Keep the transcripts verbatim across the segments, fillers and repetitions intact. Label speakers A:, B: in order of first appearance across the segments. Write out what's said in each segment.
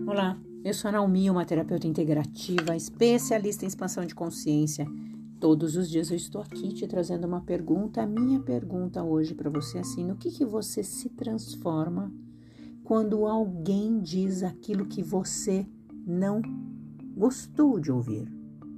A: Olá, eu sou a Naomi, uma terapeuta integrativa, especialista em expansão de consciência. Todos os dias eu estou aqui te trazendo uma pergunta. A minha pergunta hoje para você é assim: no que, que você se transforma quando alguém diz aquilo que você não gostou de ouvir?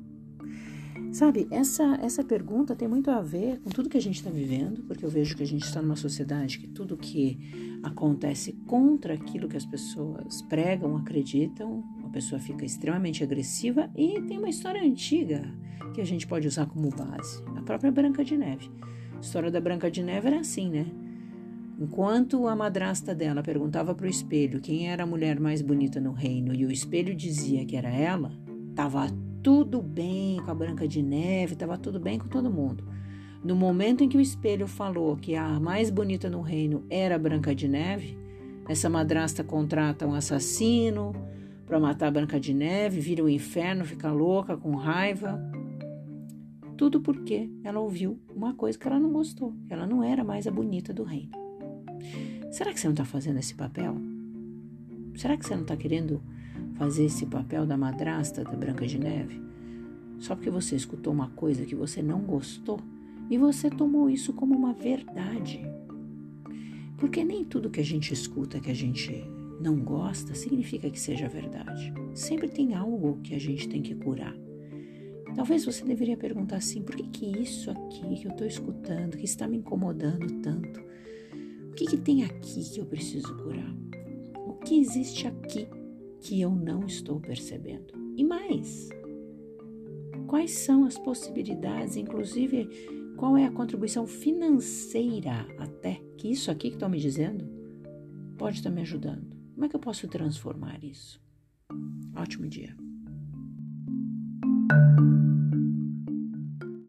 A: Sabe, essa, essa pergunta tem muito a ver com tudo que a gente está vivendo, porque eu vejo que a gente está numa sociedade que tudo que acontece contra aquilo que as pessoas pregam, acreditam, a pessoa fica extremamente agressiva e tem uma história antiga que a gente pode usar como base, a própria Branca de Neve. A história da Branca de Neve era assim, né? Enquanto a madrasta dela perguntava para o espelho quem era a mulher mais bonita no reino e o espelho dizia que era ela, estava tudo bem com a Branca de Neve, estava tudo bem com todo mundo. No momento em que o espelho falou que a mais bonita no reino era a Branca de Neve, essa madrasta contrata um assassino para matar a Branca de Neve, vira o inferno, fica louca, com raiva. Tudo porque ela ouviu uma coisa que ela não gostou, que ela não era mais a bonita do reino. Será que você não está fazendo esse papel? Será que você não está querendo fazer esse papel da madrasta da Branca de Neve? Só porque você escutou uma coisa que você não gostou e você tomou isso como uma verdade. Porque nem tudo que a gente escuta que a gente não gosta significa que seja verdade. Sempre tem algo que a gente tem que curar. Talvez você deveria perguntar assim: por que que isso aqui que eu estou escutando, que está me incomodando tanto? O que que tem aqui que eu preciso curar? O que existe aqui que eu não estou percebendo? E mais, quais são as possibilidades, inclusive qual é a contribuição financeira até que isso aqui que estão me dizendo pode estar me ajudando? Como é que eu posso transformar isso? Ótimo dia!